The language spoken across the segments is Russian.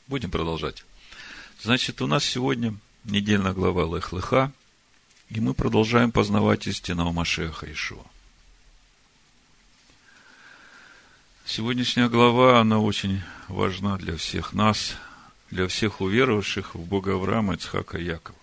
Будем продолжать. Значит, у нас сегодня недельная глава Лех Леха, и мы продолжаем познавать истинного Машиаха Иешуа. Сегодняшняя глава, она очень важна для всех нас, для всех уверовавших в Бога Авраама, Ицхака и Якова.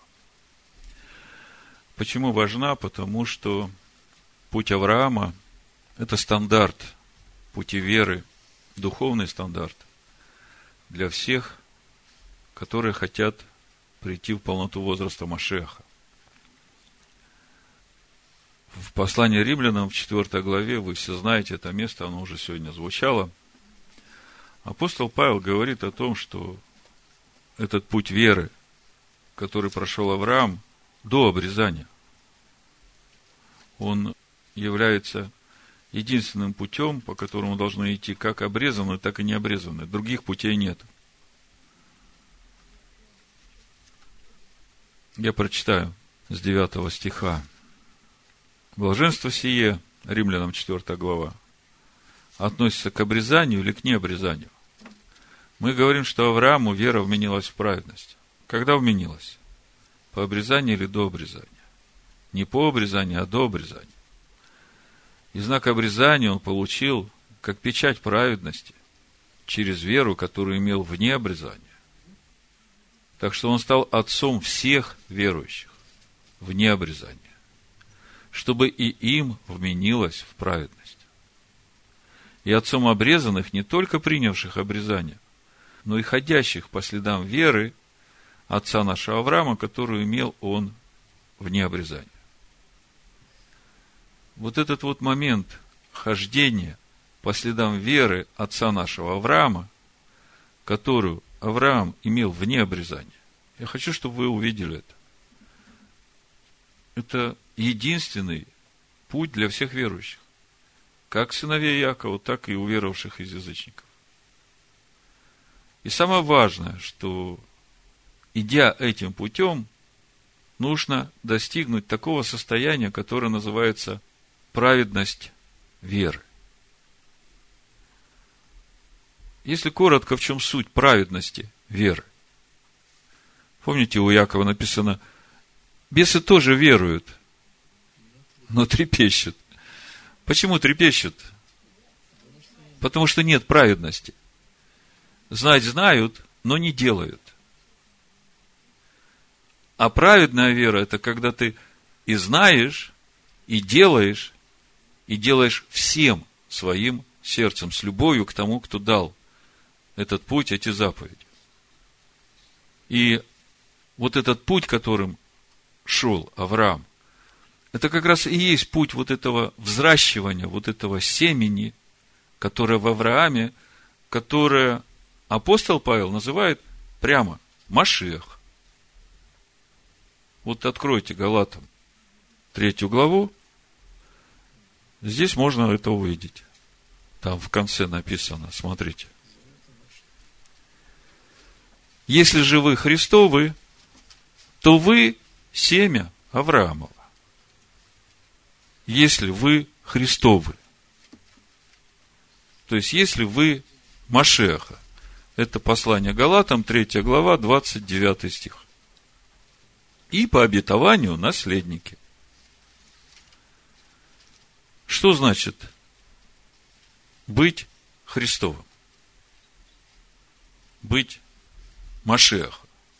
Почему важна? Потому что путь Авраама – это стандарт пути веры, духовный стандарт для всех, которые хотят прийти в полноту возраста Машиаха. В послании Римлянам, в 4 главе, вы все знаете это место, оно уже сегодня звучало. Апостол Павел говорит о том, что этот путь веры, который прошел Авраам до обрезания, он является единственным путем, по которому должны идти как обрезанные, так и необрезанные. Других путей нет. Я прочитаю с 9 стиха. Блаженство сие, Римлянам 4 глава, относится к обрезанию или к необрезанию? Мы говорим, что Аврааму вера вменилась в праведность. Когда вменилась? По обрезанию или до обрезания? Не по обрезанию, а до обрезания. И знак обрезания он получил как печать праведности через веру, которую имел вне обрезания. Так что он стал отцом всех верующих вне обрезания, чтобы и им вменилось в праведность. И отцом обрезанных, не только принявших обрезание, но и ходящих по следам веры отца нашего Авраама, которую имел он вне обрезания. Вот этот вот момент хождения по следам веры отца нашего Авраама, которую Авраам имел вне обрезания, я хочу, чтобы вы увидели это. Это единственный путь для всех верующих, как сыновей Якова, так и уверовавших из язычников. И самое важное, что, идя этим путем, нужно достигнуть такого состояния, которое называется праведность веры. Если коротко, в чем суть праведности веры? Помните, у Якова написано: бесы тоже веруют, но трепещут. Почему трепещут? Потому что нет праведности. Знать знают, но не делают. А праведная вера – это когда ты и знаешь, и делаешь всем своим сердцем, с любовью к тому, кто дал этот путь, эти заповеди. И вот этот путь, которым шел Авраам, это как раз и есть путь вот этого взращивания, вот этого семени, которое в Аврааме, которое апостол Павел называет прямо Машиах. Вот откройте Галатам 3 главу, здесь можно это увидеть. Там в конце написано, смотрите. Если же вы Христовы, то вы семя Авраамова. Если вы Христовы. То есть, если вы Машиаха. Это послание Галатам, 3 глава, 29 стих. И по обетованию наследники. Что значит быть Христовым? Быть Машиахом.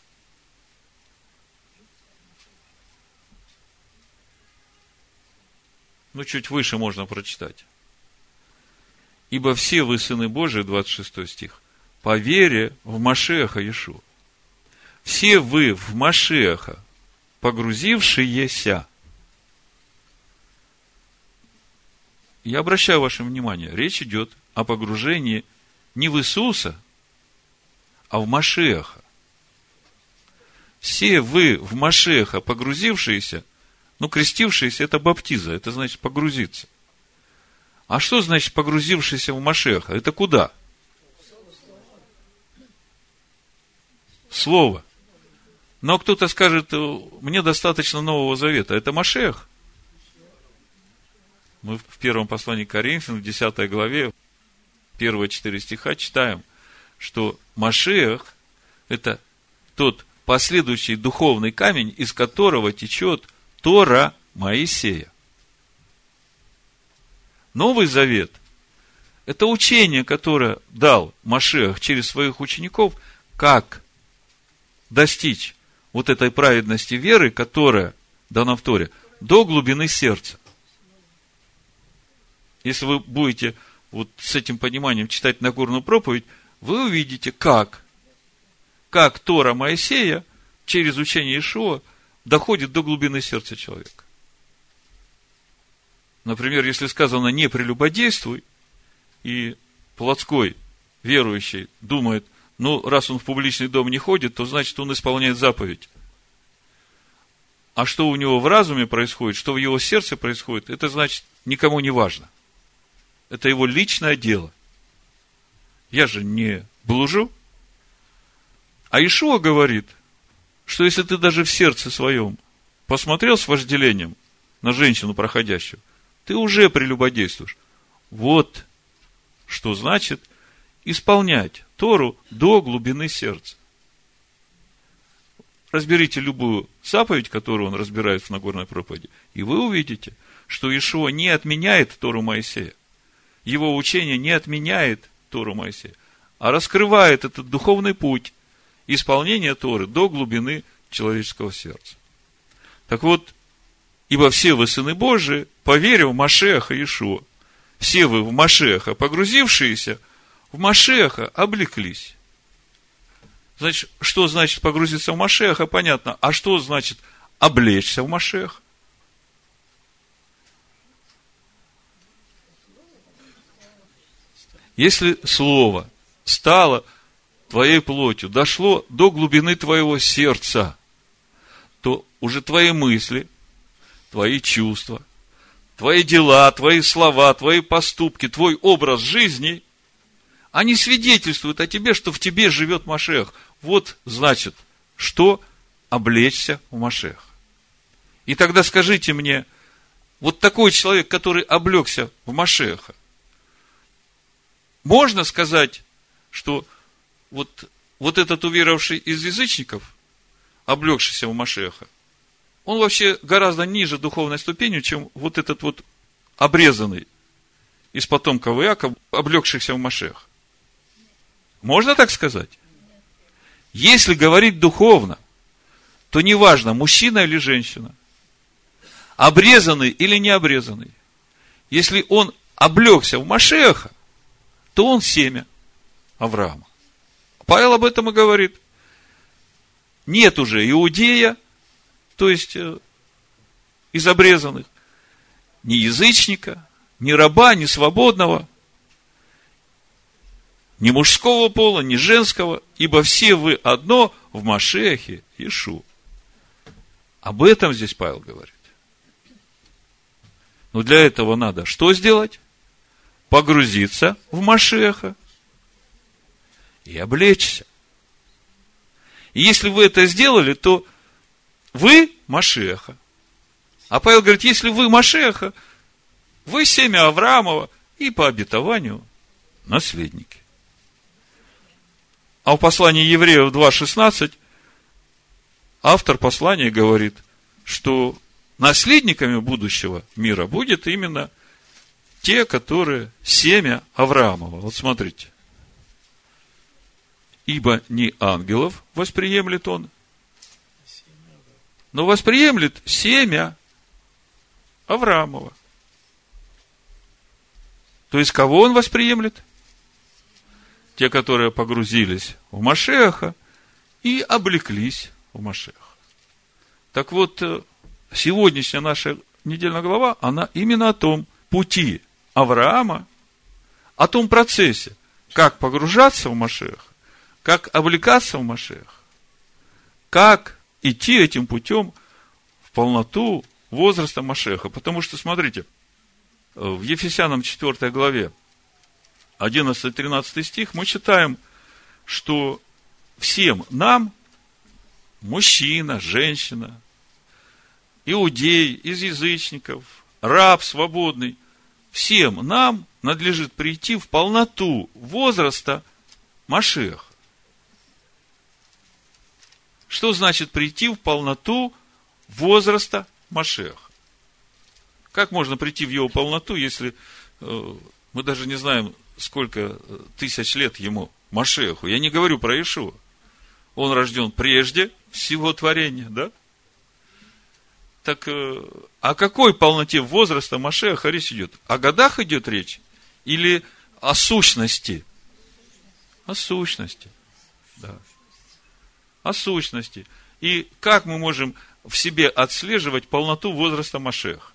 Чуть выше можно прочитать. Ибо все вы сыны Божии, 26 стих, по вере в Машиаха Иешуа. Все вы в Машиаха, погрузившиеся. Я обращаю ваше внимание, речь идет о погружении не в Иисуса, а в Машиаха. Все вы в Машиаха, погрузившиеся, крестившиеся – это баптиза, это значит погрузиться. А что значит погрузившийся в Машиаха? Это куда? Слово. Но кто-то скажет: мне достаточно Нового Завета. Это Машиах. Мы в первом послании к Коринфянам, в 10 главе, первые 4 стиха читаем, что Машиах Это тот последующий духовный камень, из которого течет Тора Моисея. Новый Завет – это учение, которое дал Машиах через своих учеников, как достичь вот этой праведности веры, которая дана в Торе, до глубины сердца. Если вы будете вот с этим пониманием читать Нагорную проповедь, вы увидите, как Тора Моисея через учение Иешуа доходит до глубины сердца человека. Например, если сказано «не прелюбодействуй», и плотской верующий думает, раз он в публичный дом не ходит, то значит он исполняет заповедь. А что у него в разуме происходит, что в его сердце происходит, это значит никому не важно. Это его личное дело. Я же не блужу. А Иешуа говорит, что если ты даже в сердце своем посмотрел с вожделением на женщину проходящую, ты уже прелюбодействуешь. Вот что значит исполнять Тору до глубины сердца. Разберите любую заповедь, которую он разбирает в Нагорной проповеди, и вы увидите, что Иешуа не отменяет Тору Моисея. Его учение не отменяет Тору Моисея, а раскрывает этот духовный путь исполнения Торы до глубины человеческого сердца. Так вот, ибо все вы сыны Божии, поверив в Машиаха Иешуа. Все вы в Машиаха погрузившиеся, в Машиаха облеклись. Значит, что значит погрузиться в Машиаха, понятно. А что значит облечься в Машиаха? Если слово стало твоей плотью, дошло до глубины твоего сердца, то уже твои мысли, твои чувства, твои дела, твои слова, твои поступки, твой образ жизни, они свидетельствуют о тебе, что в тебе живет Машиах. Вот значит, что облечься в Машиах. И тогда скажите мне, вот такой человек, который облегся в Машиаха, можно сказать, что вот этот уверовавший из язычников, облегшийся в Машиаха, он вообще гораздо ниже духовной ступенью, чем вот этот вот обрезанный из потомков Иакова, облегшихся в Машиах. Можно так сказать? Если говорить духовно, то неважно, мужчина или женщина, обрезанный или не обрезанный, если он облегся в Машиаха, то он семя Авраама. Павел об этом и говорит. Нет уже иудея, то есть из обрезанных, ни язычника, ни раба, ни свободного, ни мужского пола, ни женского, ибо все вы одно в Машиахе Иешуа. Об этом здесь Павел говорит. Но для этого надо что сделать? Погрузиться в Машиаха и облечься. И если вы это сделали, то вы Машиаха. А Павел говорит, если вы Машиаха, вы семя Авраамова и по обетованию наследники. А в послании Евреев 2:16 автор послания говорит, что наследниками будущего мира будет именно те, которые семя Авраамова. Вот смотрите. Ибо не ангелов восприемлет он, но восприемлет семя Авраамова. То есть, кого он восприемлет? Те, которые погрузились в Машиаха и облеклись в Машиаха. Так вот, сегодняшняя наша недельная глава, она именно о том пути Авраама, о том процессе, как погружаться в Машиах, как облекаться в Машиах, как идти этим путем в полноту возраста Машиаха. Потому что, смотрите, в Ефесянам 4 главе 11-13 стих мы читаем, что всем нам, мужчина, женщина, иудей, из язычников, раб свободный, всем нам надлежит прийти в полноту возраста Машиаха. Что значит прийти в полноту возраста Машиаха? Как можно прийти в его полноту, если мы даже не знаем, сколько тысяч лет ему, Машиаху? Я не говорю про Иешуа. Он рожден прежде всего творения, да? Так о какой полноте возраста Машиаха речь идет? О годах идет речь? Или о сущности? О сущности. Да. О сущности. И как мы можем в себе отслеживать полноту возраста Машиаха?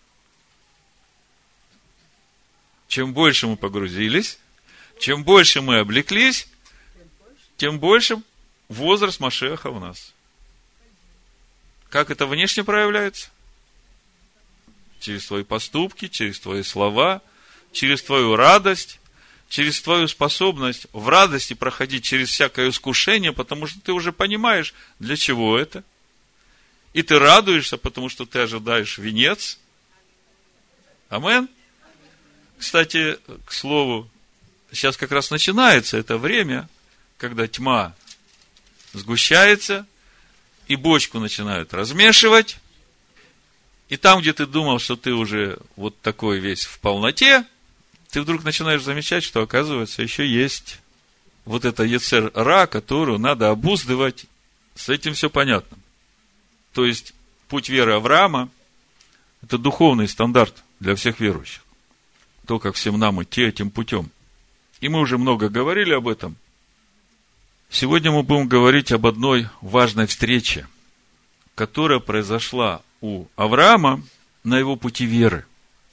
Чем больше мы погрузились, чем больше мы облеклись, тем больше возраст Машиаха в нас. Как это внешне проявляется? Через твои поступки, через твои слова, через твою радость, через твою способность в радости проходить через всякое искушение, потому что ты уже понимаешь, для чего это. И ты радуешься, потому что ты ожидаешь венец. Амин. Кстати, к слову, сейчас как раз начинается это время, когда тьма сгущается, и бочку начинают размешивать. И там, где ты думал, что ты уже вот такой весь в полноте, ты вдруг начинаешь замечать, что, оказывается, еще есть вот это Йецер Ра, которую надо обуздывать. С этим все понятно. То есть, путь веры Авраама – это духовный стандарт для всех верующих. То, как всем нам идти этим путем. И мы уже много говорили об этом. Сегодня мы будем говорить об одной важной встрече, которая произошла у Авраама на его пути веры.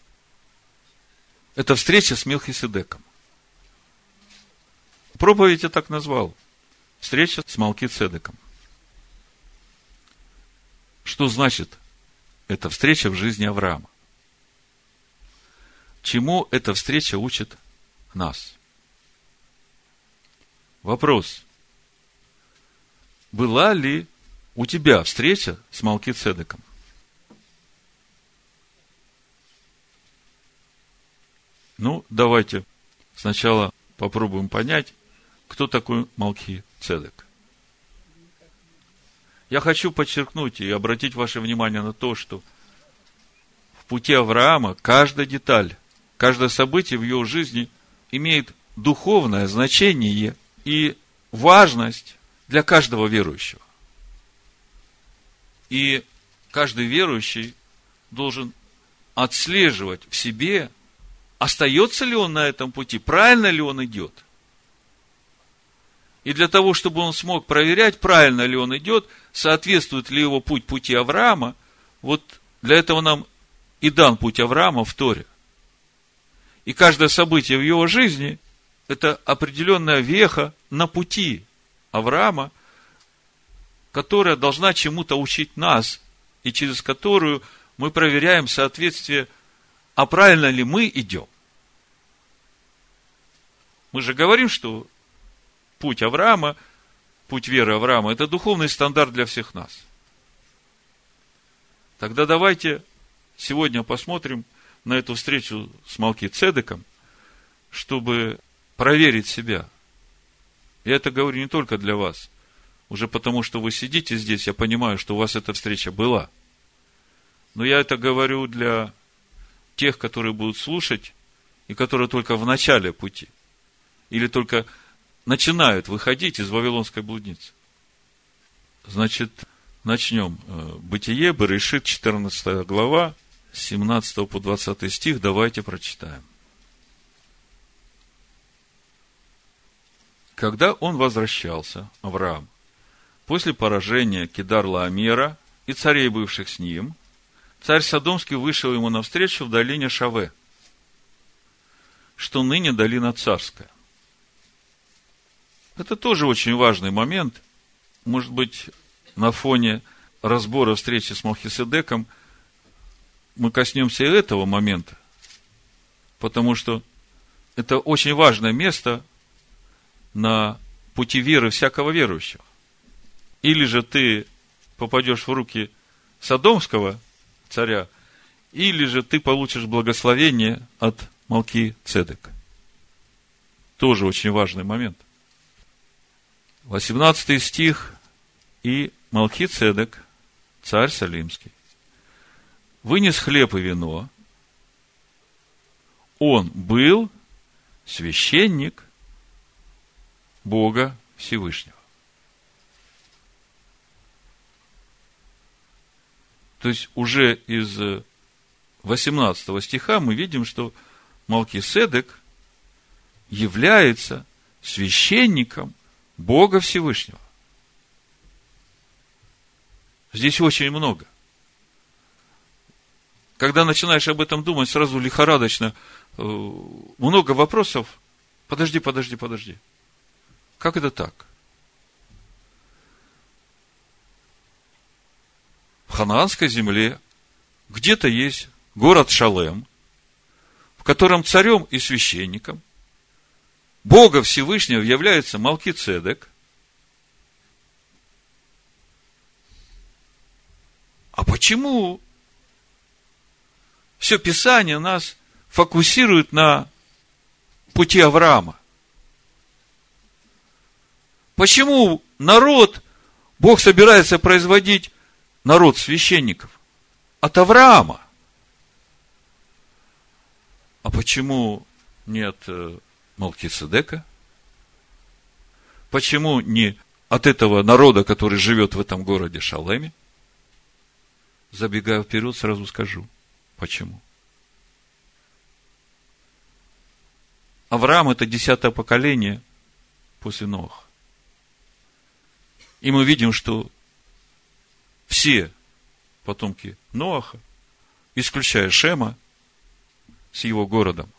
Это встреча с Мелхиседеком. Проповедь я так назвал. Встреча с Малкицедеком. Что значит эта встреча в жизни Авраама? Чему эта встреча учит нас? Вопрос. Была ли у тебя встреча с Малкицедеком? Ну, давайте сначала попробуем понять, кто такой Малкицедек. Я хочу подчеркнуть и обратить ваше внимание на то, что в пути Авраама каждая деталь, каждое событие в его жизни имеет духовное значение и важность для каждого верующего. И каждый верующий должен отслеживать в себе, остается ли он на этом пути, правильно ли он идет. И для того, чтобы он смог проверять, правильно ли он идет, соответствует ли его путь пути Авраама, вот для этого нам и дан путь Авраама в Торе. И каждое событие в его жизни – это определенная веха на пути Авраама, которая должна чему-то учить нас, и через которую мы проверяем соответствие, а правильно ли мы идем. Мы же говорим, что путь Авраама, путь веры Авраама – это духовный стандарт для всех нас. Тогда давайте сегодня посмотрим на эту встречу с Малкицедеком, чтобы проверить себя. Я это говорю не только для вас. Уже потому, что вы сидите здесь, я понимаю, что у вас эта встреча была. Но я это говорю для тех, которые будут слушать, и которые только в начале пути. Или только начинают выходить из Вавилонской блудницы. Значит, начнем. Бытие, Берешит, 14 глава, с 17 по 20 стих. Давайте прочитаем. Когда он возвращался, Авраам, после поражения Кедар-Лаомера и царей, бывших с ним, царь Содомский вышел ему навстречу в долине Шаве, что ныне долина царская. Это тоже очень важный момент. Может быть, на фоне разбора встречи с Малхиседеком мы коснемся и этого момента, потому что это очень важное место на пути веры всякого верующего. Или же ты попадешь в руки Содомского царя, или же ты получишь благословение от Малкицедека. Тоже очень важный момент. 18 стих и Малхи-Цедек, царь Салимский, вынес хлеб и вино. Он был священник Бога Всевышнего. То есть, уже из 18 стиха мы видим, что Малхи-Седек является священником Бога Всевышнего. Здесь очень много. Когда начинаешь об этом думать, сразу лихорадочно, много вопросов. Подожди. Как это так? В ханаанской земле где-то есть город Шалем, в котором царем и священником Бога Всевышнего является Малхи-Цедек. А почему все Писание нас фокусирует на пути Авраама? Почему Бог собирается производить народ священников от Авраама? А почему нет Малхи-Цедека? Почему не от этого народа, который живет в этом городе Шалеме? Забегая вперед, сразу скажу, почему. Авраам – это 10-е поколение после Ноаха. И мы видим, что все потомки Ноаха, исключая Шема с его городом,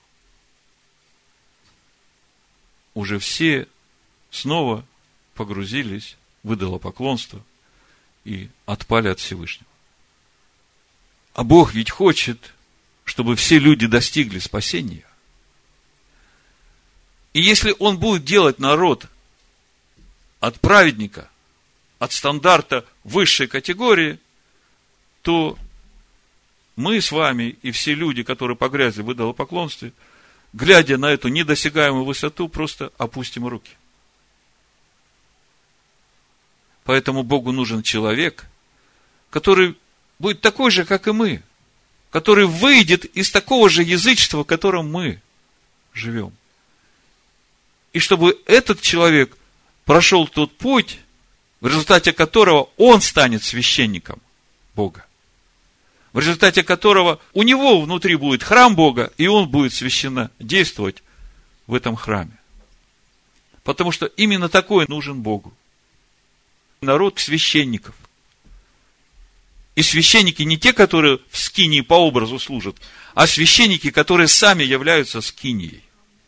уже все снова погрузились в идолопоклонство и отпали от Всевышнего. А Бог ведь хочет, чтобы все люди достигли спасения. И если Он будет делать народ от праведника, от стандарта высшей категории, то мы с вами и все люди, которые погрязли в идолопоклонстве, глядя на эту недосягаемую высоту, просто опустим руки. Поэтому Богу нужен человек, который будет такой же, как и мы, который выйдет из такого же язычества, в котором мы живем. И чтобы этот человек прошел тот путь, в результате которого он станет священником Бога. В результате которого у него внутри будет храм Бога, и он будет священно действовать в этом храме. Потому что именно такой нужен Богу. Народ священников. И священники не те, которые в скинии по образу служат, а священники, которые сами являются скинией.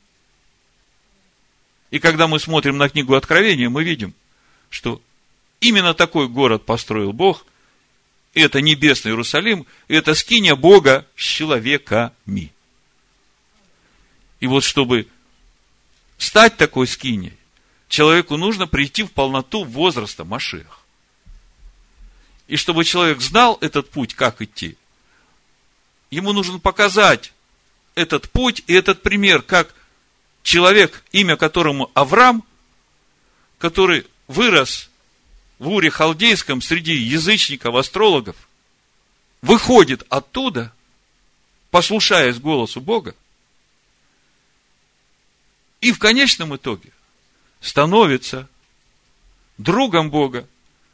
И когда мы смотрим на книгу Откровения, мы видим, что именно такой город построил Бог, и это небесный Иерусалим, и это скиния Бога с человеками. И вот чтобы стать такой скинией, человеку нужно прийти в полноту возраста Машиах. И чтобы человек знал этот путь, как идти, ему нужно показать этот путь и этот пример, как человек, имя которому Авраам, который вырос в Уре Халдейском среди язычников, астрологов, выходит оттуда, послушаясь голосу Бога, и в конечном итоге становится другом Бога,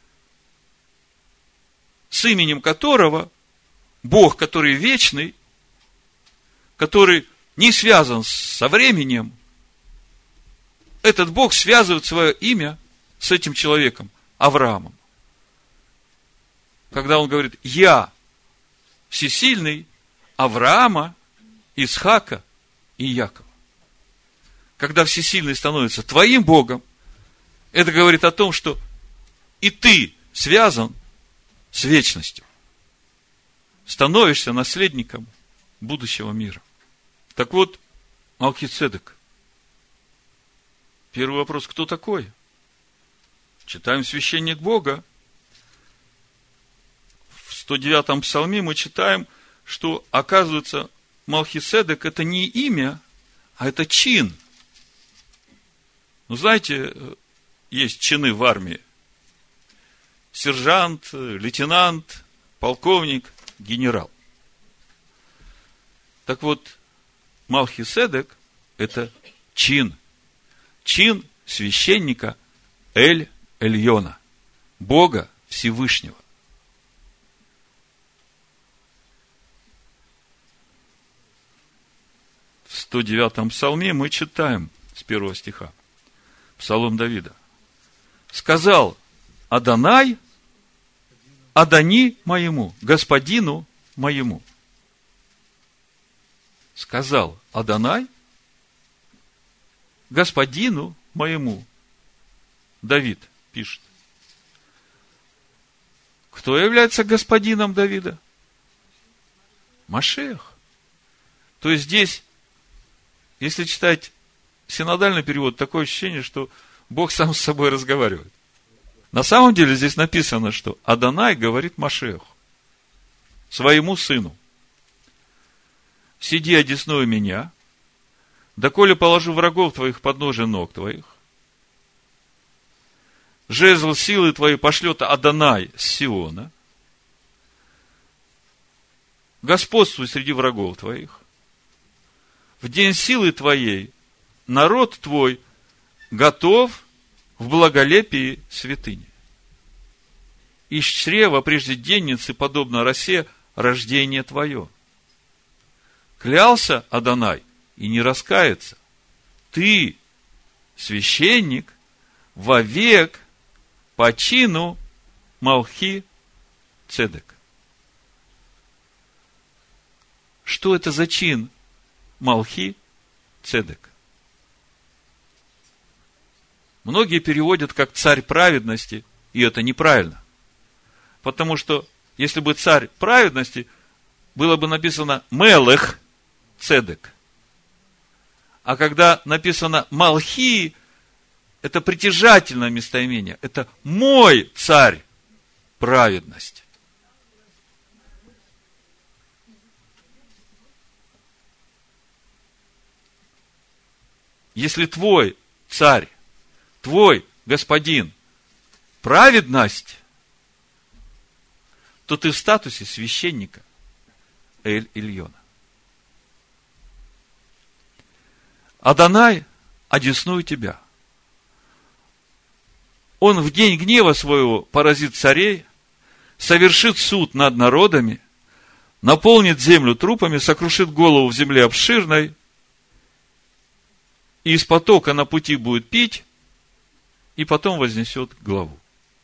с именем которого Бог, который вечный, который не связан со временем, этот Бог связывает свое имя с этим человеком, Авраамом. Когда он говорит: я всесильный Авраама, Исхака и Якова. Когда всесильный становится твоим Богом, это говорит о том, что и ты связан с вечностью. Становишься наследником будущего мира. Так вот, Малхи-Цедек. Первый вопрос: кто такой? Читаем священник Бога. В 109-м псалме мы читаем, что, оказывается, Малхи-Цедек это не имя, а это чин. Ну, знаете, есть чины в армии. сержант, лейтенант, полковник, генерал. Так вот, Малхиседек – это чин священника Эль-Эльона, Бога Всевышнего. В 109-м псалме мы читаем с 1 стиха, псалом Давида. «Сказал Адонай Адони моему, господину моему». Сказал Адонай господину моему. Давид пишет. Кто является господином Давида? Машиах. То есть здесь, если читать синодальный перевод, такое ощущение, что Бог сам с собой разговаривает. На самом деле здесь написано, что Адонай говорит Машиаху, своему сыну. «Сиди одесную меня, доколе положу врагов твоих под ножи ног твоих. Жезл силы твоей пошлет Адонай с Сиона. Господствуй среди врагов твоих. В день силы твоей народ твой готов в благолепии святыни. Из чрева прежде денницы, подобно росе, рождение твое. Клялся Адонай и не раскается. Ты, священник, вовек по чину Малхи-Цедек». Что это за чин Малхи-Цедек? Многие переводят как царь праведности, и это неправильно. Потому что, если бы царь праведности, было бы написано Мелех Цедек. А когда написано Малхи, это притяжательное местоимение. Это мой царь праведности. Если твой царь, твой господин праведность, то ты в статусе священника Эль-Эльона. Адонай одесную тебя. Он в день гнева своего поразит царей, совершит суд над народами, наполнит землю трупами, сокрушит голову в земле обширной, и из потока на пути будет пить, и потом вознесет главу.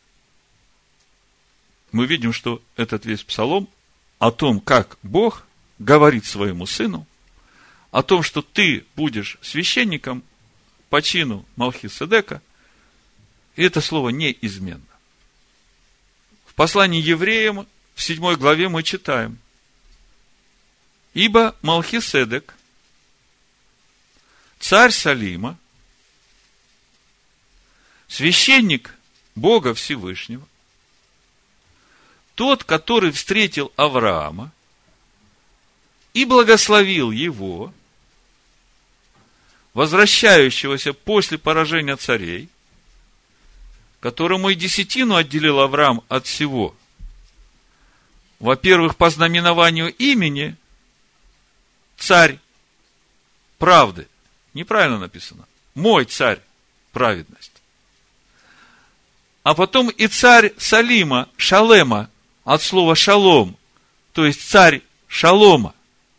Мы видим, что этот весь псалом о том, как Бог говорит своему сыну, о том, что ты будешь священником по чину Малхиседека, и это слово неизменно. В послании евреям в 7 главе мы читаем: «Ибо Малхиседек, царь Салима, священник Бога Всевышнего, тот, который встретил Авраама и благословил его, возвращающегося после поражения царей, которому и десятину отделил Авраам от всего. Во-первых, по знаменованию имени царь правды». Неправильно написано. Мой царь праведность. А потом и царь Салима, Шалема, от слова шалом, то есть царь шалома.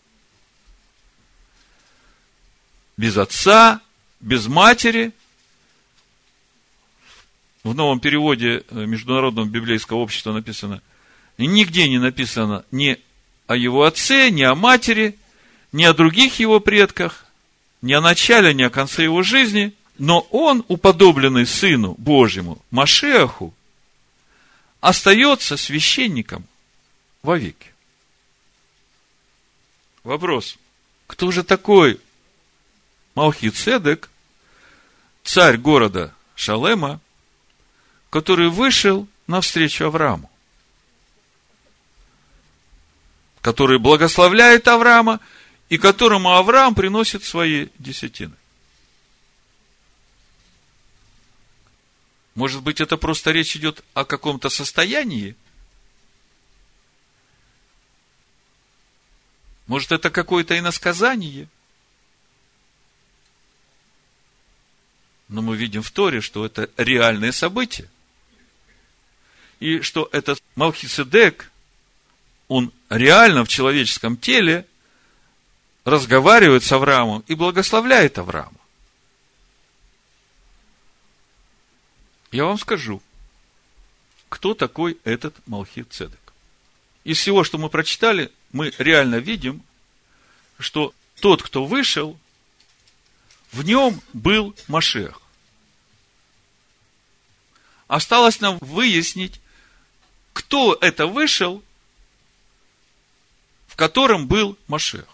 Без отца, без матери. В новом переводе Международного библейского общества написано, нигде не написано ни о его отце, ни о матери, ни о других его предках, ни о начале, ни о конце его жизни, но он, уподобленный Сыну Божьему, Машиаху, остается священником вовеки. Вопрос: кто же такой Малхи-Цедек, царь города Шалема, который вышел навстречу Аврааму, который благословляет Авраама и которому Авраам приносит свои десятины? Может быть, это просто речь идет о каком-то состоянии? Может, это какое-то иносказание? Но мы видим в Торе, что это реальные события. И что этот Мелхиседек, он реально в человеческом теле разговаривает с Авраамом и благословляет Авраама. Я вам скажу, кто такой этот Мелхиседек. Из всего, что мы прочитали, мы реально видим, что тот, кто вышел, в нем был Машиах. Осталось нам выяснить, кто это вышел, в котором был Машиах.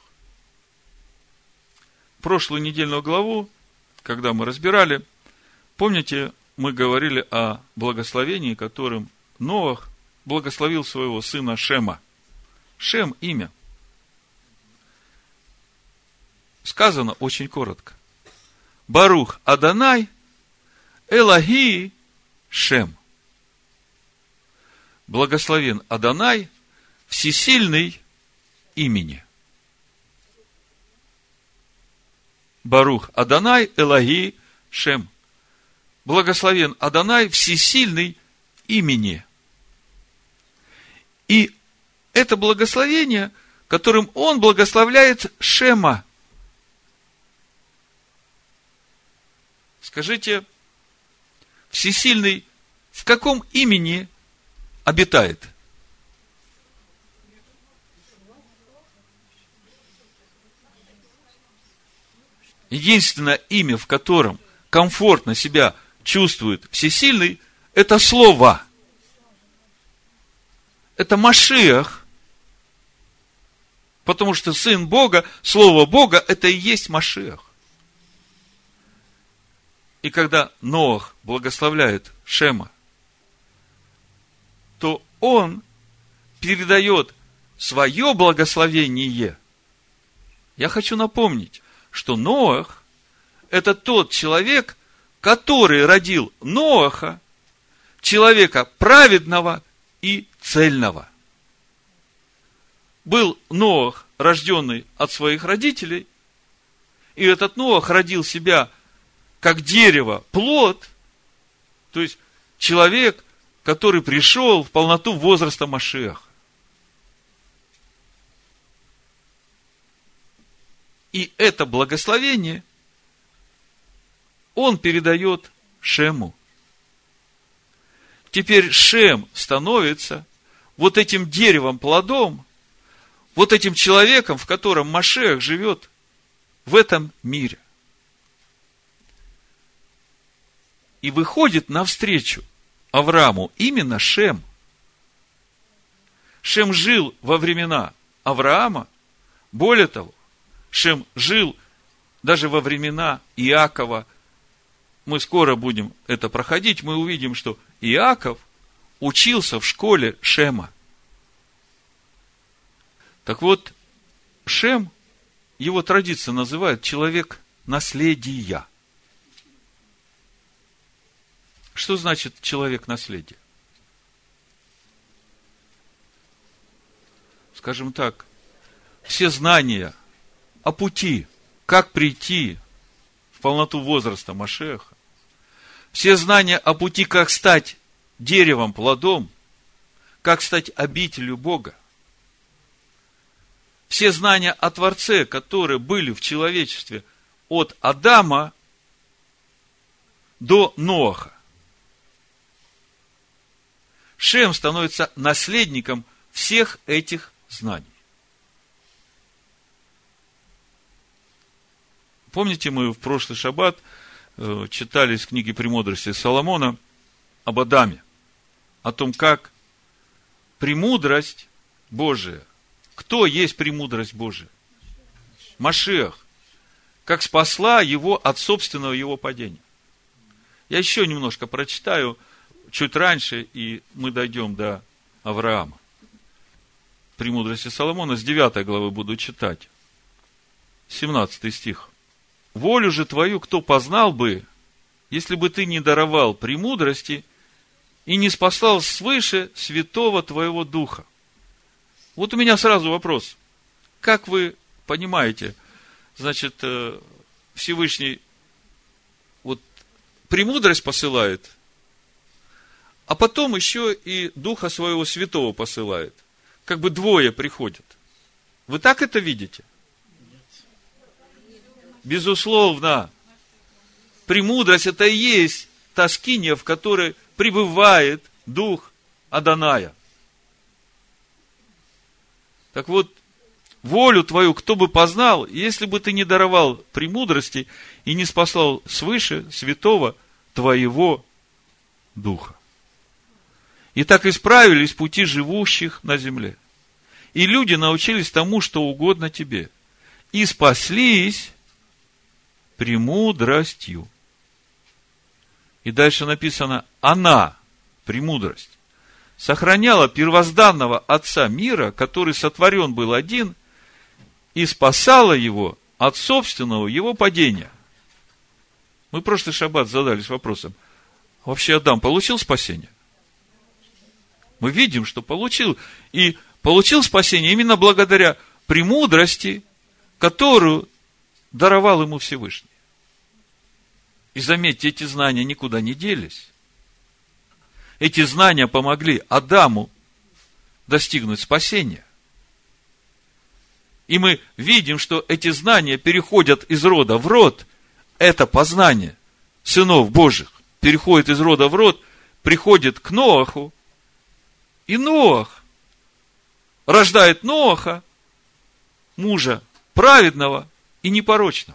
Прошлую недельную главу, когда мы разбирали, помните, мы говорили о благословении, которым Ноах благословил своего сына Шема. Шем – имя. Сказано очень коротко. Барух Адонай Элоги Шем. Благословен Адонай, всесильный имени. Барух Адонай Элоги Шем. Благословен Адонай, всесильный имени. И это благословение, которым он благословляет Шема. Скажите, всесильный в каком имени обитает? Единственное имя, в котором комфортно себя чувствует всесильный, это Слово. Это Машиах. Потому что Сын Бога, Слово Бога, это и есть Машиах. И когда Ноах благословляет Шема, то он передает свое благословение. Я хочу напомнить, что Ноах – это тот человек, который родил Ноаха, человека праведного и цельного. Был Ноах, рожденный от своих родителей, и этот Ноах родил себя как дерево, плод, то есть человек, который пришел в полноту возраста Машиаха. И это благословение он передает Шему. Теперь Шем становится вот этим деревом, плодом, вот этим человеком, в котором Машиах живет в этом мире. И выходит навстречу Аврааму именно Шем. Шем жил во времена Авраама. Более того, Шем жил даже во времена Иакова. Мы скоро будем это проходить. Мы увидим, что Иаков учился в школе Шема. Так вот, Шем, его традиция называет человек наследия. Что значит человек наследия? Скажем так, все знания о пути, как прийти в полноту возраста Машиаха, все знания о пути, как стать деревом, плодом, как стать обителью Бога, все знания о Творце, которые были в человечестве от Адама до Ноаха. Шем становится наследником всех этих знаний. Помните, мы в прошлый шаббат читали из книги «Премудрости» Соломона об Адаме, о том, как премудрость Божия. Кто есть премудрость Божия? Машиах. Как спасла его от собственного его падения. Я еще немножко прочитаю чуть раньше, и мы дойдем до Авраама. «Премудрости Соломона» с 9 главы буду читать. 17 стих. «Волю же твою кто познал бы, если бы ты не даровал премудрости и не спаслал свыше святого твоего духа. Вот у меня сразу вопрос. Как вы понимаете, значит, Всевышний вот премудрость посылает, а потом еще и Духа Своего Святого посылает. Как бы двое приходят. Вы так это видите? Безусловно. Премудрость – это и есть та скиния, в которой пребывает Дух Адоная. Так вот, волю твою кто бы познал, если бы ты не даровал премудрости и не спаслал свыше святого твоего Духа. И так исправились пути живущих на земле. И люди научились тому, что угодно тебе. И спаслись премудростью. И дальше написано, она, премудрость, сохраняла первозданного Отца мира, который сотворен был один, и спасала его от собственного его падения. Мы в прошлый шаббат задались вопросом, вообще Адам получил спасение? Мы видим, что получил. И получил спасение именно благодаря премудрости, которую даровал ему Всевышний. И заметьте, эти знания никуда не делись. Эти знания помогли Адаму достигнуть спасения. И мы видим, что эти знания переходят из рода в род. Это познание сынов Божьих переходит из рода в род, приходит к Ноаху, и Ноах рождает Ноаха, мужа праведного и непорочного.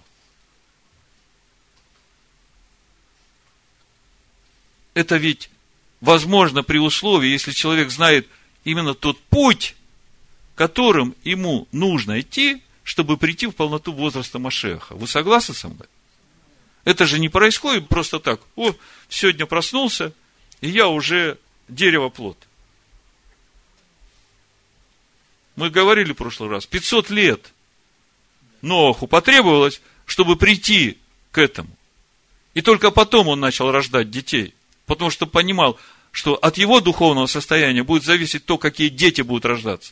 Это ведь возможно при условии, если человек знает именно тот путь, которым ему нужно идти, чтобы прийти в полноту возраста Машеха. Вы согласны со мной? Это же не происходит просто так. Сегодня проснулся, и я уже дерево-плод. Мы говорили в прошлый раз, 500 лет Ноаху потребовалось, чтобы прийти к этому. И только потом он начал рождать детей. Потому что понимал, что от его духовного состояния будет зависеть то, какие дети будут рождаться.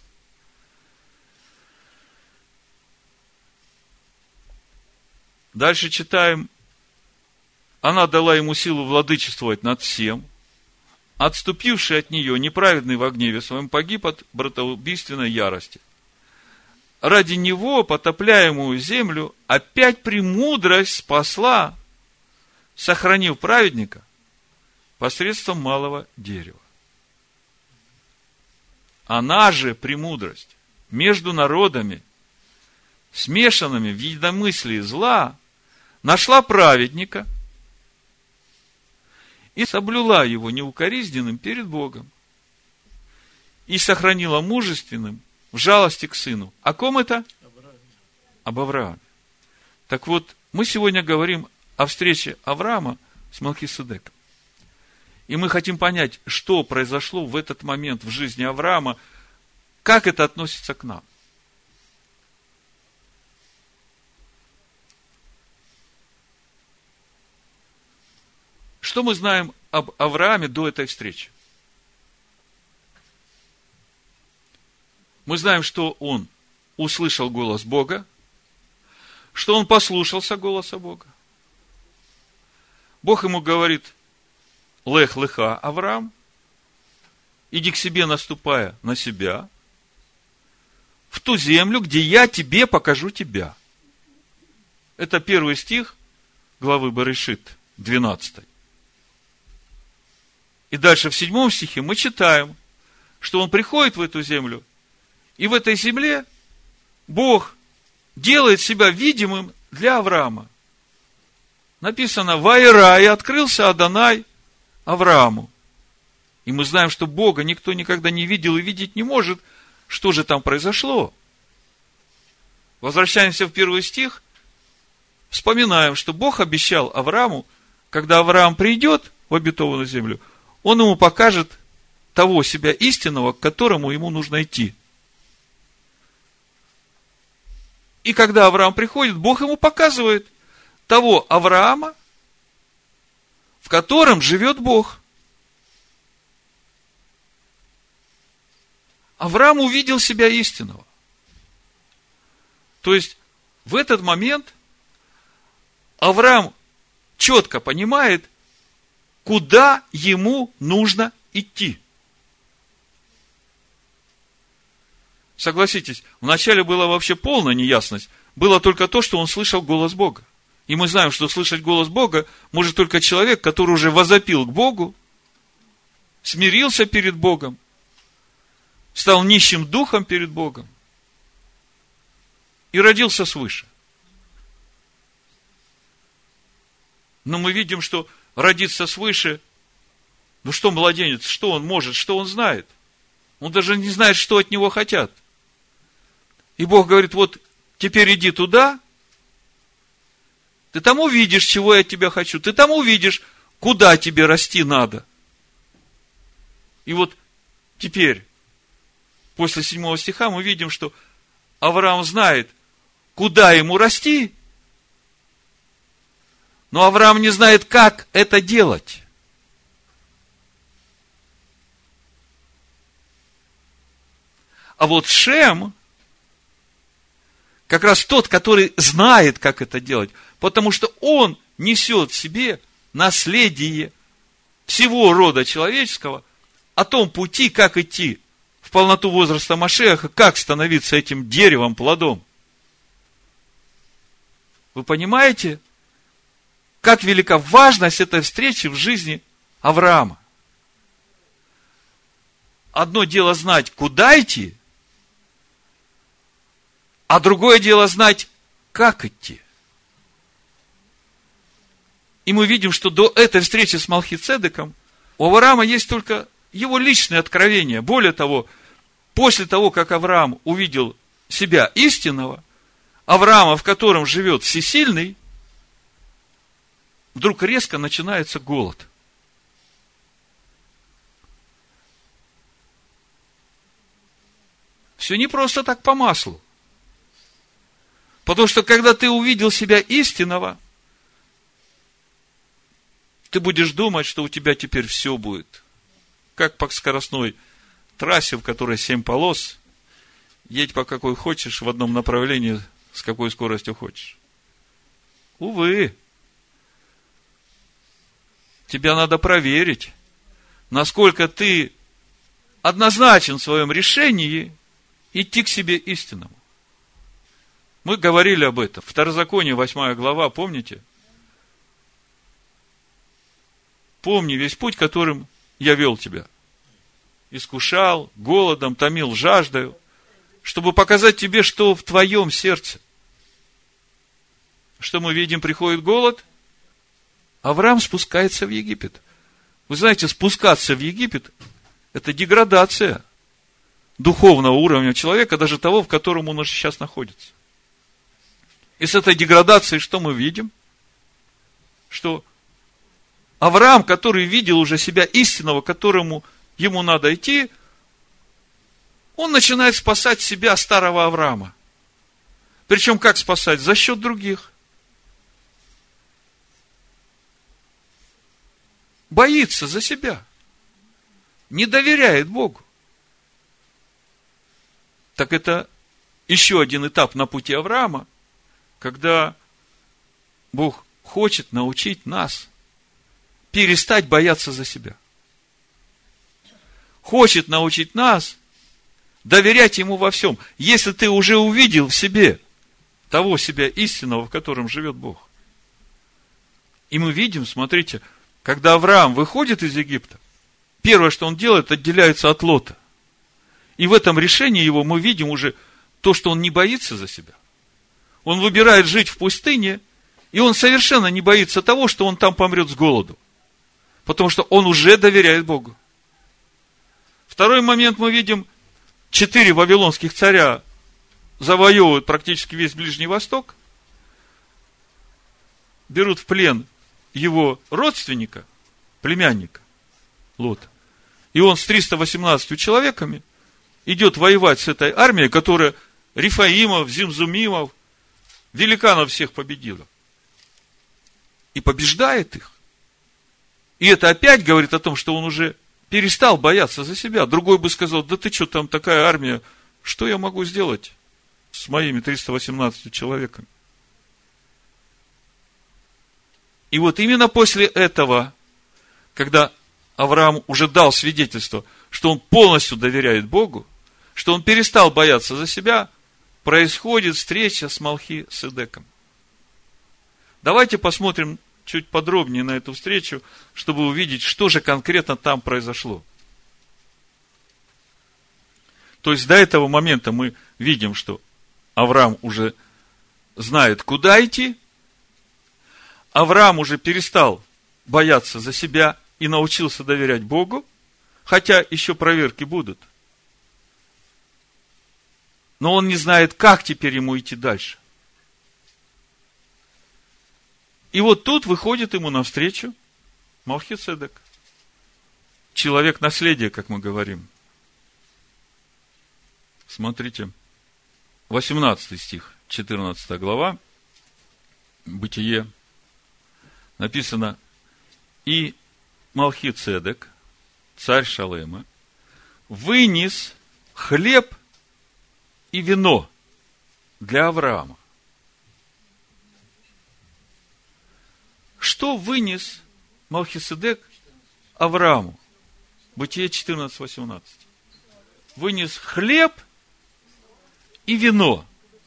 Дальше читаем. Она дала ему силу владычествовать над всем. Отступивший от нее, неправедный во гневе своем, погиб от братоубийственной ярости. Ради него потопляемую землю опять премудрость спасла, сохранив праведника посредством малого дерева. Она же премудрость между народами, смешанными в единомыслии зла, нашла праведника и соблюла его неукоризненным перед Богом, и сохранила мужественным в жалости к сыну. О ком это? Об Аврааме. Так вот, мы сегодня говорим о встрече Авраама с Мелхиседеком. И мы хотим понять, что произошло в этот момент в жизни Авраама, как это относится к нам. Что мы знаем об Аврааме до этой встречи? Мы знаем, что он услышал голос Бога, что он послушался голоса Бога. Бог ему говорит: «Лех леха, Авраам, иди к себе, наступая на себя, в ту землю, где я тебе покажу тебя». Это 1 стих главы Берешит, 12. И дальше в 7 стихе мы читаем, что он приходит в эту землю, и в этой земле Бог делает себя видимым для Авраама. Написано: «Ваира, и открылся Адонай Аврааму». И мы знаем, что Бога никто никогда не видел и видеть не может. Что же там произошло? Возвращаемся в 1 стих. Вспоминаем, что Бог обещал Аврааму, когда Авраам придет в обетованную землю, он ему покажет того себя истинного, к которому ему нужно идти. И когда Авраам приходит, Бог ему показывает того Авраама, в котором живет Бог. Авраам увидел себя истинного. То есть, в этот момент Авраам четко понимает, куда ему нужно идти. Согласитесь, вначале была вообще полная неясность. Было только то, что он слышал голос Бога. И мы знаем, что слышать голос Бога может только человек, который уже возопил к Богу, смирился перед Богом, стал нищим духом перед Богом и родился свыше. Но мы видим, что родиться свыше, что младенец, что он может, что он знает? Он даже не знает, что от него хотят. И Бог говорит, вот теперь иди туда, ты там увидишь, чего я от тебя хочу, ты там увидишь, куда тебе расти надо. И вот теперь, после 7 стиха, мы видим, что Авраам знает, куда ему расти, но Авраам не знает, как это делать. А вот Шем, как раз тот, который знает, как это делать, потому что он несет в себе наследие всего рода человеческого о том пути, как идти в полноту возраста Машиаха, как становиться этим деревом, плодом. Вы понимаете, как велика важность этой встречи в жизни Авраама? Одно дело знать, куда идти, а другое дело знать, как идти. И мы видим, что до этой встречи с Малхицедеком у Авраама есть только его личное откровение. Более того, после того, как Авраам увидел себя истинного, Авраама, в котором живет всесильный, вдруг резко начинается голод. Все не просто так по маслу. Потому что, когда ты увидел себя истинного, ты будешь думать, что у тебя теперь все будет. Как по скоростной трассе, в которой 7 полос, едь по какой хочешь, в одном направлении, с какой скоростью хочешь. Увы. Тебя надо проверить, насколько ты однозначен в своем решении идти к себе истинному. Мы говорили об этом. Второзаконие, 8 глава, помните? Помни весь путь, которым я вел тебя. Искушал, голодом, томил жаждою, чтобы показать тебе, что в твоем сердце. Что мы видим, приходит голод, Авраам спускается в Египет. Вы знаете, спускаться в Египет – это деградация духовного уровня человека, даже того, в котором он сейчас находится. И с этой деградацией что мы видим? Что Авраам, который видел уже себя истинного, к которому ему надо идти, он начинает спасать себя, старого Авраама. Причем как спасать? За счет других. Боится за себя. Не доверяет Богу. Так это еще один этап на пути Авраама, когда Бог хочет научить нас перестать бояться за себя. Хочет научить нас доверять Ему во всем. Если ты уже увидел в себе того себя истинного, в котором живет Бог. И мы видим, смотрите, когда Авраам выходит из Египта, первое, что он делает, отделяется от Лота. И в этом решении его мы видим уже то, что он не боится за себя. Он выбирает жить в пустыне, и он совершенно не боится того, что он там помрет с голоду. Потому что он уже доверяет Богу. Второй момент мы видим, 4 вавилонских царя завоевывают практически весь Ближний Восток, берут в плен его родственника, племянника Лота, и он с 318 человеками идет воевать с этой армией, которая Рифаимов, Зимзумимов, великанов всех победила. И побеждает их. И это опять говорит о том, что он уже перестал бояться за себя. Другой бы сказал: да ты что, там такая армия, что я могу сделать с моими 318 человеками? И вот именно после этого, когда Авраам уже дал свидетельство, что он полностью доверяет Богу, что он перестал бояться за себя, происходит встреча с Малхи-Седеком. Давайте посмотрим чуть подробнее на эту встречу, чтобы увидеть, что же конкретно там произошло. То есть до этого момента мы видим, что Авраам уже знает, куда идти. Авраам уже перестал бояться за себя и научился доверять Богу, хотя еще проверки будут. Но он не знает, как теперь ему идти дальше. И вот тут выходит ему навстречу Малхи-Седек. Человек наследия, как мы говорим. Смотрите, 18 стих, 14 глава, Бытие. Написано: и Малхи-Седек, царь Шалема, вынес хлеб и вино для Авраама. Что вынес Малхи-Седек Аврааму? Бытие 14:18. Вынес хлеб и вино.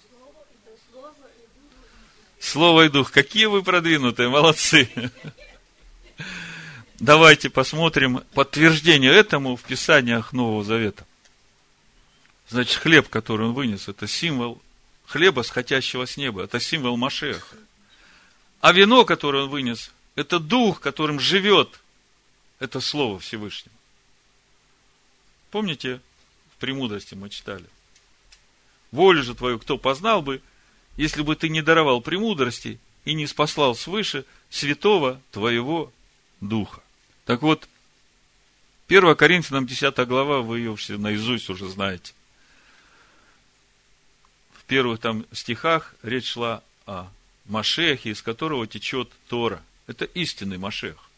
Слово и дух. Какие вы продвинутые, молодцы. Давайте посмотрим подтверждение этому в Писаниях Нового Завета. Значит, хлеб, который он вынес, это символ хлеба, сходящего с неба. Это символ Машиаха. А вино, которое он вынес, это дух, которым живет это Слово Всевышнего. Помните, в «Премудрости» мы читали: волю же твою кто познал бы, если бы ты не даровал премудрости и не спаслал свыше святого твоего духа. Так вот, 1 Коринфянам 10 глава, вы ее все наизусть уже знаете. В первых там стихах речь шла о Машиахе, из которого течет Тора. Это истинный Машиах.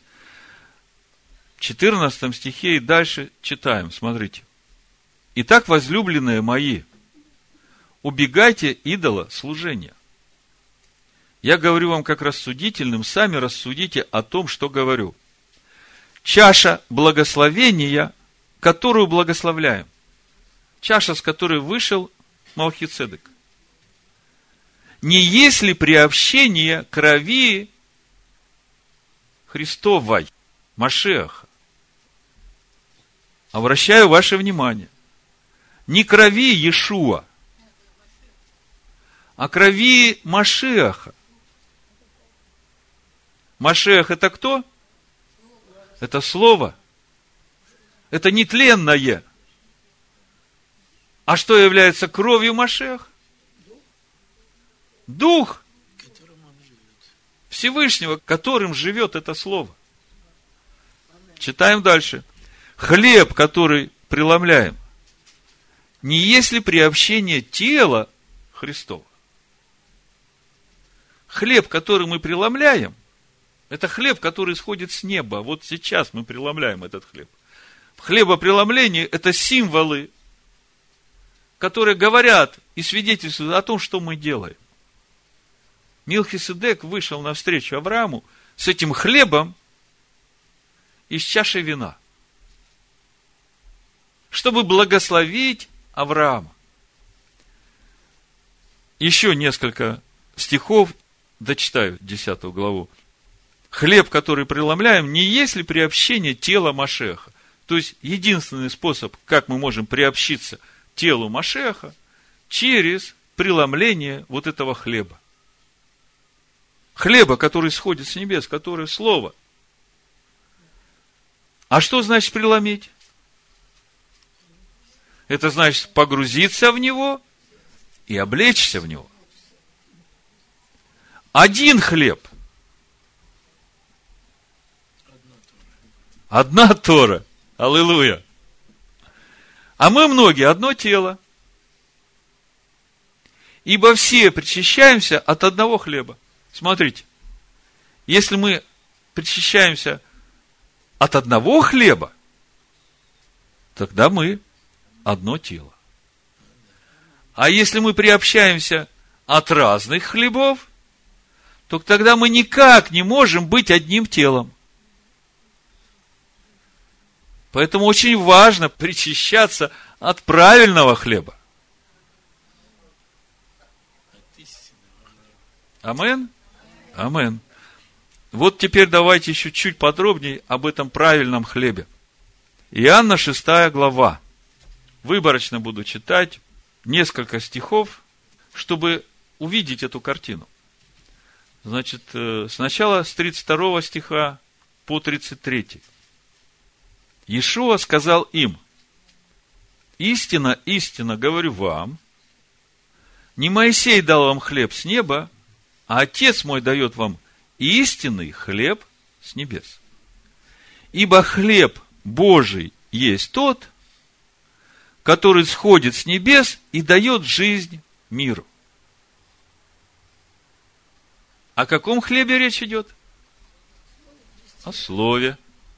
В 14 стихе и дальше читаем, смотрите. Итак, возлюбленные мои, убегайте идола служения. Я говорю вам как рассудительным, сами рассудите о том, что говорю. Чаша благословения, которую благословляем. Чаша, с которой вышел Малхи-Седек. Не есть ли приобщение крови Христовой, Машиаха? Обращаю ваше внимание. Не крови Иешуа, а крови Машиаха. Машиах это кто? Это Слово. Это нетленное. А что является кровью Машиаха? Дух Всевышнего, которым живет это Слово. Читаем дальше. Хлеб, который преломляем, не есть ли приобщение тела Христова? Хлеб, который мы преломляем, это хлеб, который исходит с неба. Вот сейчас мы преломляем этот хлеб. Хлебопреломление – это символы, которые говорят и свидетельствуют о том, что мы делаем. Малхи-Седек вышел навстречу Аврааму с этим хлебом и с чашей вина, чтобы благословить Авраама. Еще несколько стихов, дочитаю 10 главу. Хлеб, который преломляем, не есть ли приобщение тела Машиаха? То есть, единственный способ, как мы можем приобщиться телу Машиаха, через преломление вот этого хлеба. Хлеба, который сходит с небес, который Слово. А что значит преломить? Это значит погрузиться в него и облечься в него. Один хлеб. Одна Тора. Аллилуйя. А мы многие одно тело. Ибо все причащаемся от одного хлеба. Смотрите. Если мы причащаемся от одного хлеба, тогда мы одно тело. А если мы приобщаемся от разных хлебов, то тогда мы никак не можем быть одним телом. Поэтому очень важно причащаться от правильного хлеба. Амен? Амен. Вот теперь давайте еще чуть подробнее об этом правильном хлебе. Иоанна 6 глава. Выборочно буду читать несколько стихов, чтобы увидеть эту картину. Значит, сначала с 32 стиха по 33. Иешуа сказал им: истинно, истинно говорю вам, не Моисей дал вам хлеб с неба, а Отец мой дает вам истинный хлеб с небес. Ибо хлеб Божий есть тот, который сходит с небес и дает жизнь миру. О каком хлебе речь идет? О слове.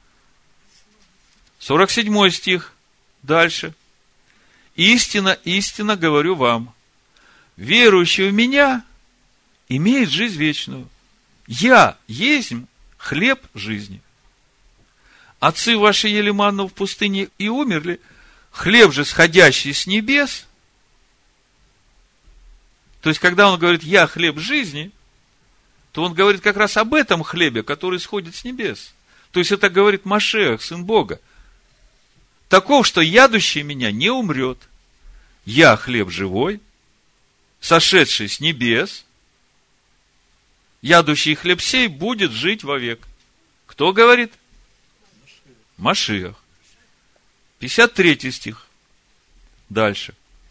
47 стих. Дальше. Истинно, истинно говорю вам, верующий в меня имеет жизнь вечную. Я есть хлеб жизни. Отцы ваши ели манну в пустыне и умерли. Хлеб же, сходящий с небес. То есть, когда он говорит «я хлеб жизни», то он говорит как раз об этом хлебе, который сходит с небес. То есть, это говорит Машиах, Сын Бога. Таков, что ядущий меня не умрет. Я хлеб живой, сошедший с небес. Ядущий хлеб сей будет жить вовек. Кто говорит? Машиах. 53 стих. Дальше.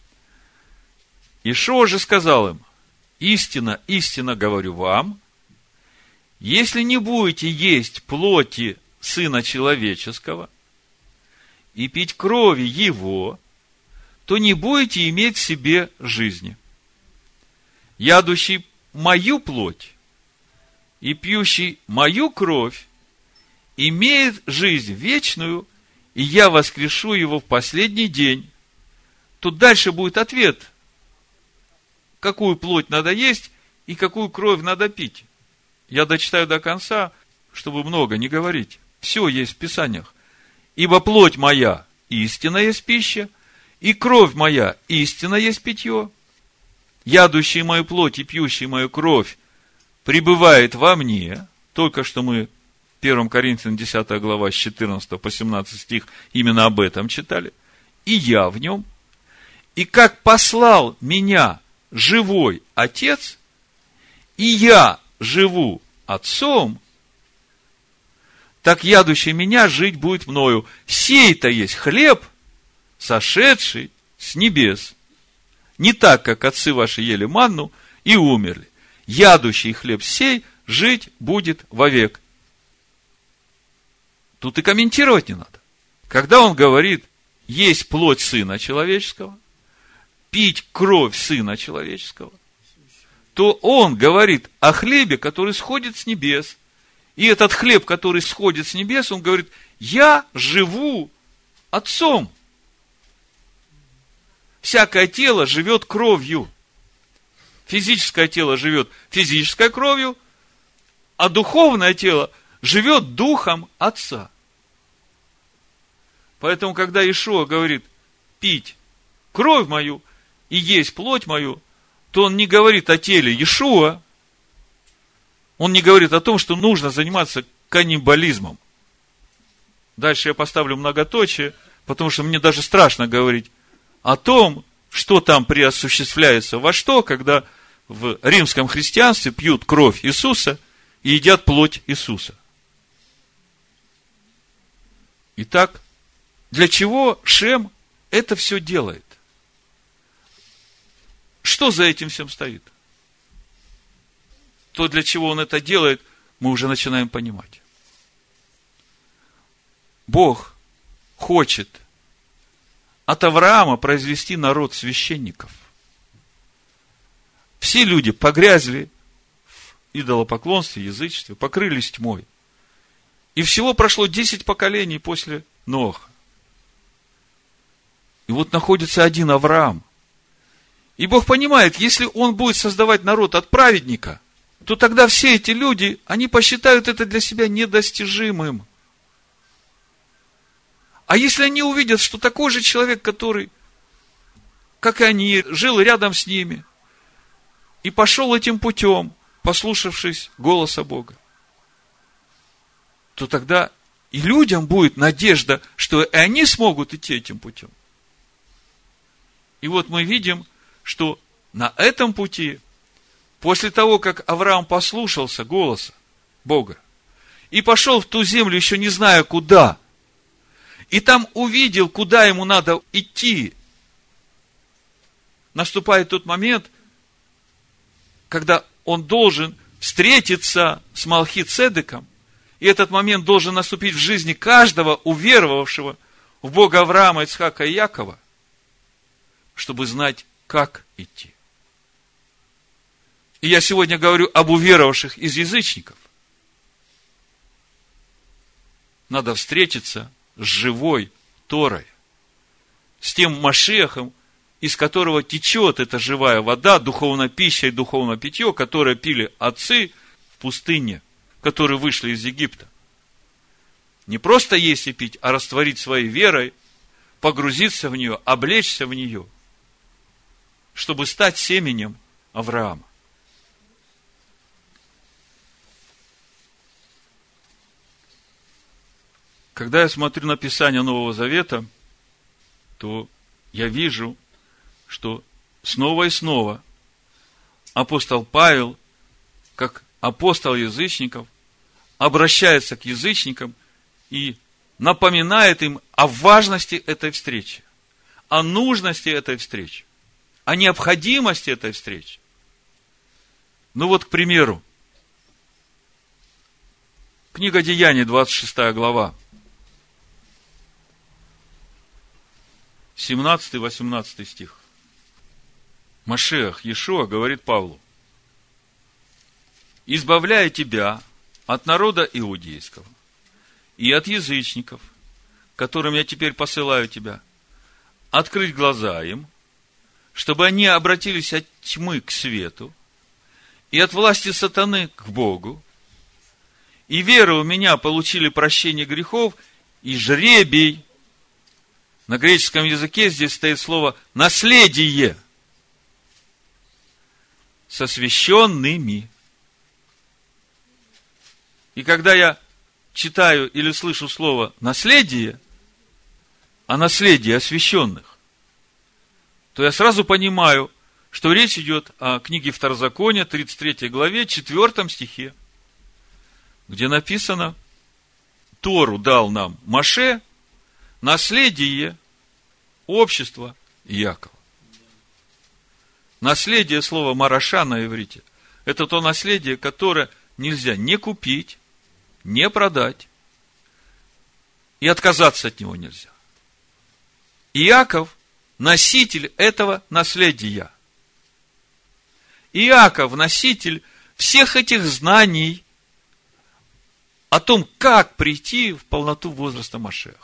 Иешуа же сказал им: истинно, истинно говорю вам, если не будете есть плоти Сына Человеческого и пить крови Его, то не будете иметь в себе жизни. Ядущий мою плоть и пьющий мою кровь имеет жизнь вечную, и я воскрешу его в последний день. Тут дальше будет ответ, какую плоть надо есть и какую кровь надо пить. Я дочитаю до конца, чтобы много не говорить. Все есть в Писаниях. Ибо плоть моя истинно есть пища, и кровь моя истинно есть питье. Ядущий мою плоть и пьющий мою кровь пребывает во мне. Только что мы в 1 Коринфянам 10 глава с 14 по 17 стих именно об этом читали. И я в нем. И как послал меня живой Отец, и я живу Отцом, так ядущий меня жить будет мною. Сей-то есть хлеб, сошедший с небес. Не так, как отцы ваши ели манну и умерли. Ядущий хлеб сей жить будет вовек. Тут и комментировать не надо. Когда он говорит, есть плоть Сына Человеческого, пить кровь Сына Человеческого, то он говорит о хлебе, который сходит с небес. И этот хлеб, который сходит с небес, он говорит, я живу Отцом. Всякое тело живет кровью. Физическое тело живет физической кровью, а духовное тело живет духом Отца. Поэтому, когда Иешуа говорит, пить кровь мою и есть плоть мою, то он не говорит о теле Иешуа, он не говорит о том, что нужно заниматься каннибализмом. Дальше я поставлю многоточие, потому что мне даже страшно говорить о том, что там преосуществляется во что, когда в римском христианстве пьют кровь Иисуса и едят плоть Иисуса. Итак, для чего Шем это все делает? Что за этим всем стоит? То, для чего он это делает, мы уже начинаем понимать. Бог хочет от Авраама произвести народ священников. Все люди погрязли в идолопоклонстве, язычестве, покрылись тьмой. И всего прошло 10 поколений после Ноха. И вот находится один Авраам. И Бог понимает, если он будет создавать народ от праведника, то тогда все эти люди, они посчитают это для себя недостижимым. А если они увидят, что такой же человек, который, как и они, жил рядом с ними, и пошел этим путем, послушавшись голоса Бога, то тогда и людям будет надежда, что и они смогут идти этим путем. И вот мы видим, что на этом пути, после того, как Авраам послушался голоса Бога и пошел в ту землю, еще не зная куда, и там увидел, куда ему надо идти, наступает тот момент, когда он должен встретиться с Малхи-Цедеком, и этот момент должен наступить в жизни каждого уверовавшего в Бога Авраама, Ицхака и Якова, чтобы знать, как идти. И я сегодня говорю об уверовавших из язычников. Надо встретиться с живой Торой, с тем Машиахом, из которого течет эта живая вода, духовная пища и духовное питье, которое пили отцы в пустыне, которые вышли из Египта. Не просто есть и пить, а растворить своей верой, погрузиться в нее, облечься в нее, чтобы стать семенем Авраама. Когда я смотрю на Писание Нового Завета, то я вижу, что снова и снова апостол Павел, как апостол язычников, обращается к язычникам и напоминает им о важности этой встречи, о нужности этой встречи, о необходимости этой встречи. Ну вот, к примеру, книга Деяний, 26 глава, 17-18 стих. Машиах Иешуа говорит Павлу: избавляя тебя от народа иудейского и от язычников, которым я теперь посылаю тебя, открыть глаза им, чтобы они обратились от тьмы к свету и от власти сатаны к Богу, и веру у меня получили прощение грехов и жребий. На греческом языке здесь стоит слово «наследие» с освященными. И когда я читаю или слышу слово «наследие», а наследие освященных, то я сразу понимаю, что речь идет о книге Второзакония, 33 главе, 4 стихе, где написано: Тору дал нам Моше, наследие общества Якова. Наследие, слово мараша на иврите, это то наследие, которое нельзя не купить, не продать, и отказаться от него нельзя. Иаков – носитель этого наследия. Иаков – носитель всех этих знаний о том, как прийти в полноту возраста Машиаха.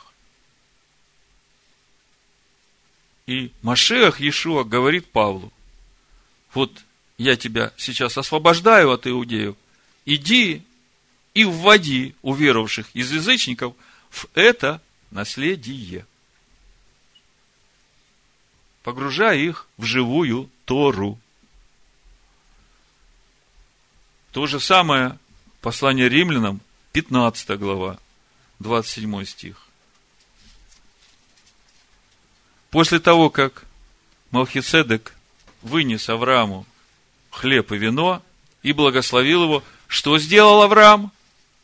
И Машиах Иешуа говорит Павлу: вот я тебя сейчас освобождаю от иудеев, иди и вводи уверовавших из язычников в это наследие, погружая их в живую Тору. То же самое послание римлянам, 15 глава, 27 стих. После того, как Малхи-Цедек вынес Аврааму хлеб и вино и благословил его, что сделал Авраам?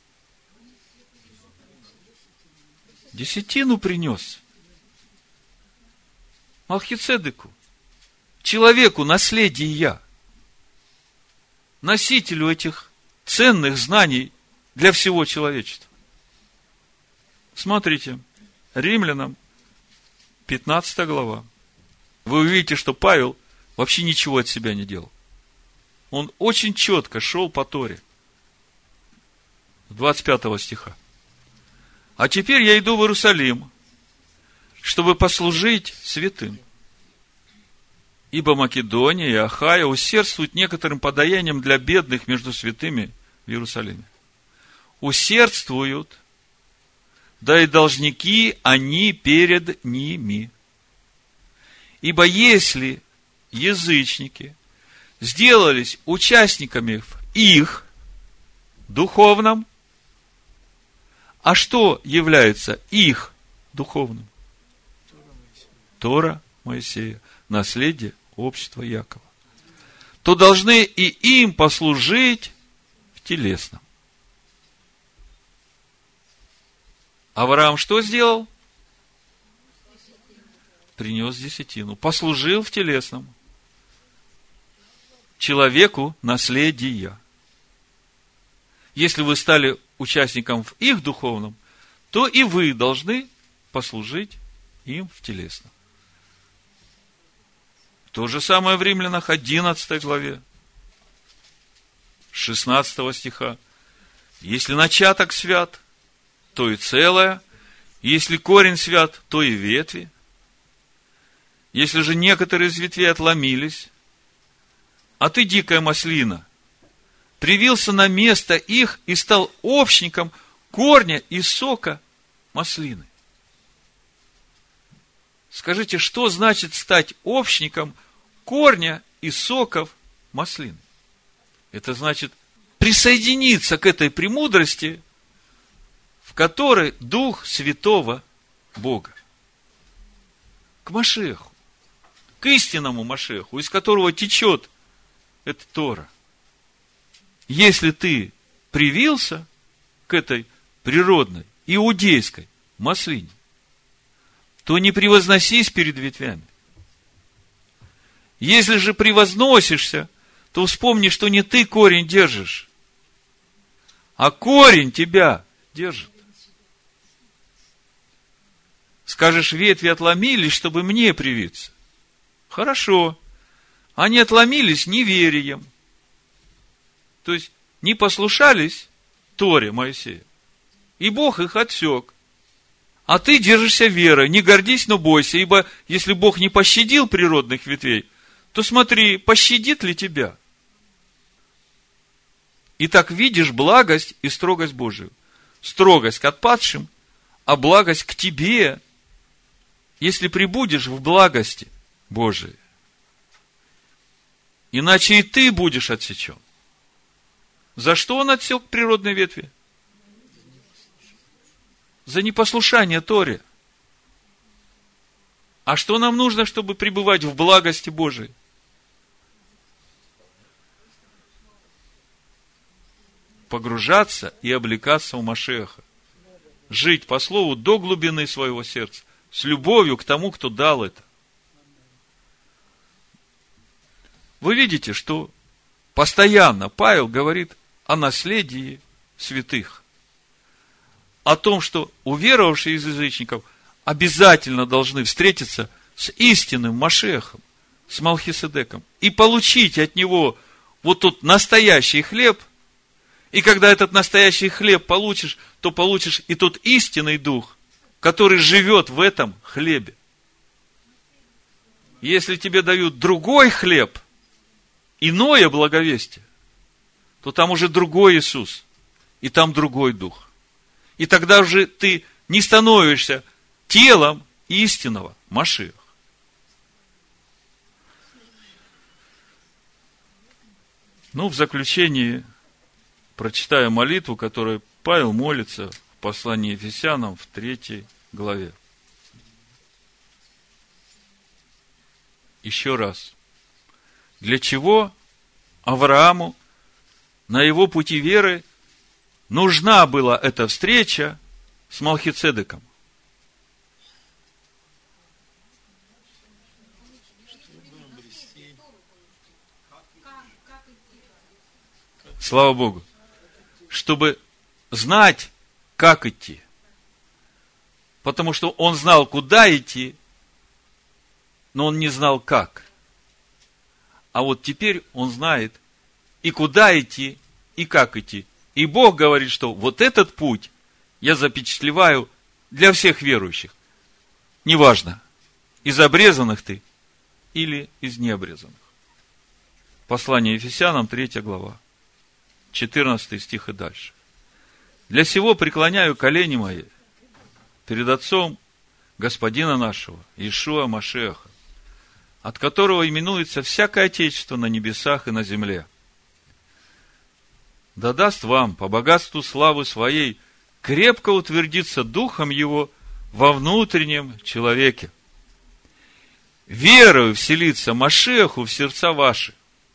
Десятину принес. Малхи-Цедеку, человеку наследия, носителю этих ценных знаний для всего человечества. Смотрите, Римлянам 15 глава. Вы увидите, что Павел вообще ничего от себя не делал. Он очень четко шел по Торе. 25 стиха. А теперь я иду в Иерусалим, чтобы послужить святым. Ибо Македония и Ахая усердствуют некоторым подаянием для бедных между святыми в Иерусалиме. Усердствуют, да и должники они перед ними. Ибо если язычники сделались участниками в их духовном, а что является их духовным? Тора Моисея, наследие общества Якова. То должны и им послужить в телесном. Авраам что сделал? Принес десятину. Послужил в телесном. Человеку наследия. Если вы стали участником в их духовном, то и вы должны послужить им в телесном. То же самое в Римлянах 11 главе, 16 стиха. Если начаток свят, то и целое. Если корень свят, то и ветви. Если же некоторые из ветвей отломились, а ты, дикая маслина, привился на место их и стал общником корня и сока маслины. Скажите, что значит стать общником корня и соков маслины? Это значит присоединиться к этой премудрости, в которой Дух Святого Бога. К Машиаху, к истинному Машиаху, из которого течет эта Тора. Если ты привился к этой природной, иудейской маслине, то не превозносись перед ветвями. Если же превозносишься, то вспомни, что не ты корень держишь, а корень тебя держит. Скажешь, ветви отломились, чтобы мне привиться. Хорошо. Они отломились неверием. То есть, не послушались Торе Моисея. И Бог их отсек. А ты держишься верой. Не гордись, но бойся. Ибо, если Бог не пощадил природных ветвей, то смотри, пощадит ли тебя. Итак, видишь благость и строгость Божию. Строгость к отпадшим, а благость к тебе, если пребудешь в благости Божией. Иначе и ты будешь отсечен. За что он отсек природные ветви? За непослушание Торе. А что нам нужно, чтобы пребывать в благости Божией? Погружаться и облекаться в Машиаха. Жить по слову до глубины своего сердца. С любовью к тому, кто дал это. Вы видите, что постоянно Павел говорит о наследии святых. О том, что уверовавшие из язычников обязательно должны встретиться с истинным Машиахом, с Малхиседеком, и получить от него вот тот настоящий хлеб. И когда этот настоящий хлеб получишь, то получишь и тот истинный дух, который живет в этом хлебе. Если тебе дают другой хлеб, иное благовестие, то там уже другой Иисус, и там другой дух. И тогда уже ты не становишься телом истинного Машиаха. В заключении прочитаю молитву, которую Павел молится в послании Ефесянам в 3 главе. Еще раз. Для чего Аврааму на его пути веры нужна была эта встреча с Малхицедеком? Слава Богу. Чтобы знать, как идти. Потому что он знал, куда идти, но он не знал, как. А вот теперь он знает и куда идти, и как идти. И Бог говорит, что вот этот путь я запечатлеваю для всех верующих. Неважно, из обрезанных ты или из необрезанных. Послание Ефесянам, 3 глава, 14 стих и дальше. Для сего преклоняю колени мои перед Отцом Господина нашего, Иешуа Машиаха, от которого именуется всякое отечество на небесах и на земле. Да даст вам по богатству славы своей крепко утвердиться духом его во внутреннем человеке, верою вселиться Машиаху в сердца ваши,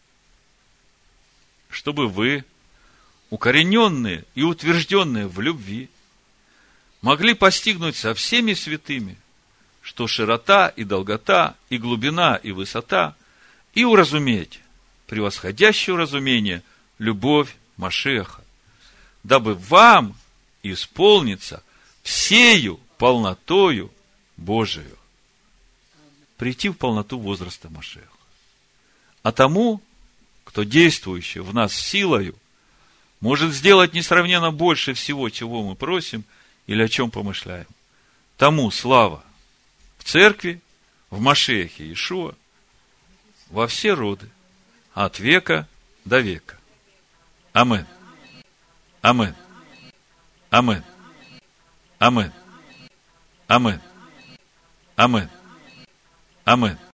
чтобы вы, укорененные и утвержденные в любви, могли постигнуть со всеми святыми, что широта и долгота, и глубина, и высота, и уразуметь превосходящее разумение любовь Машиаха, дабы вам исполниться всею полнотою Божию. Прийти в полноту возраста Машиаха. А тому, кто действующий в нас силою, может сделать несравненно больше всего, чего мы просим или о чем помышляем. Тому слава в церкви, в Машиахе Иешуа, во все роды, от века до века. Амин. Амин. Амин. Амин. Амин. Амин. Амин.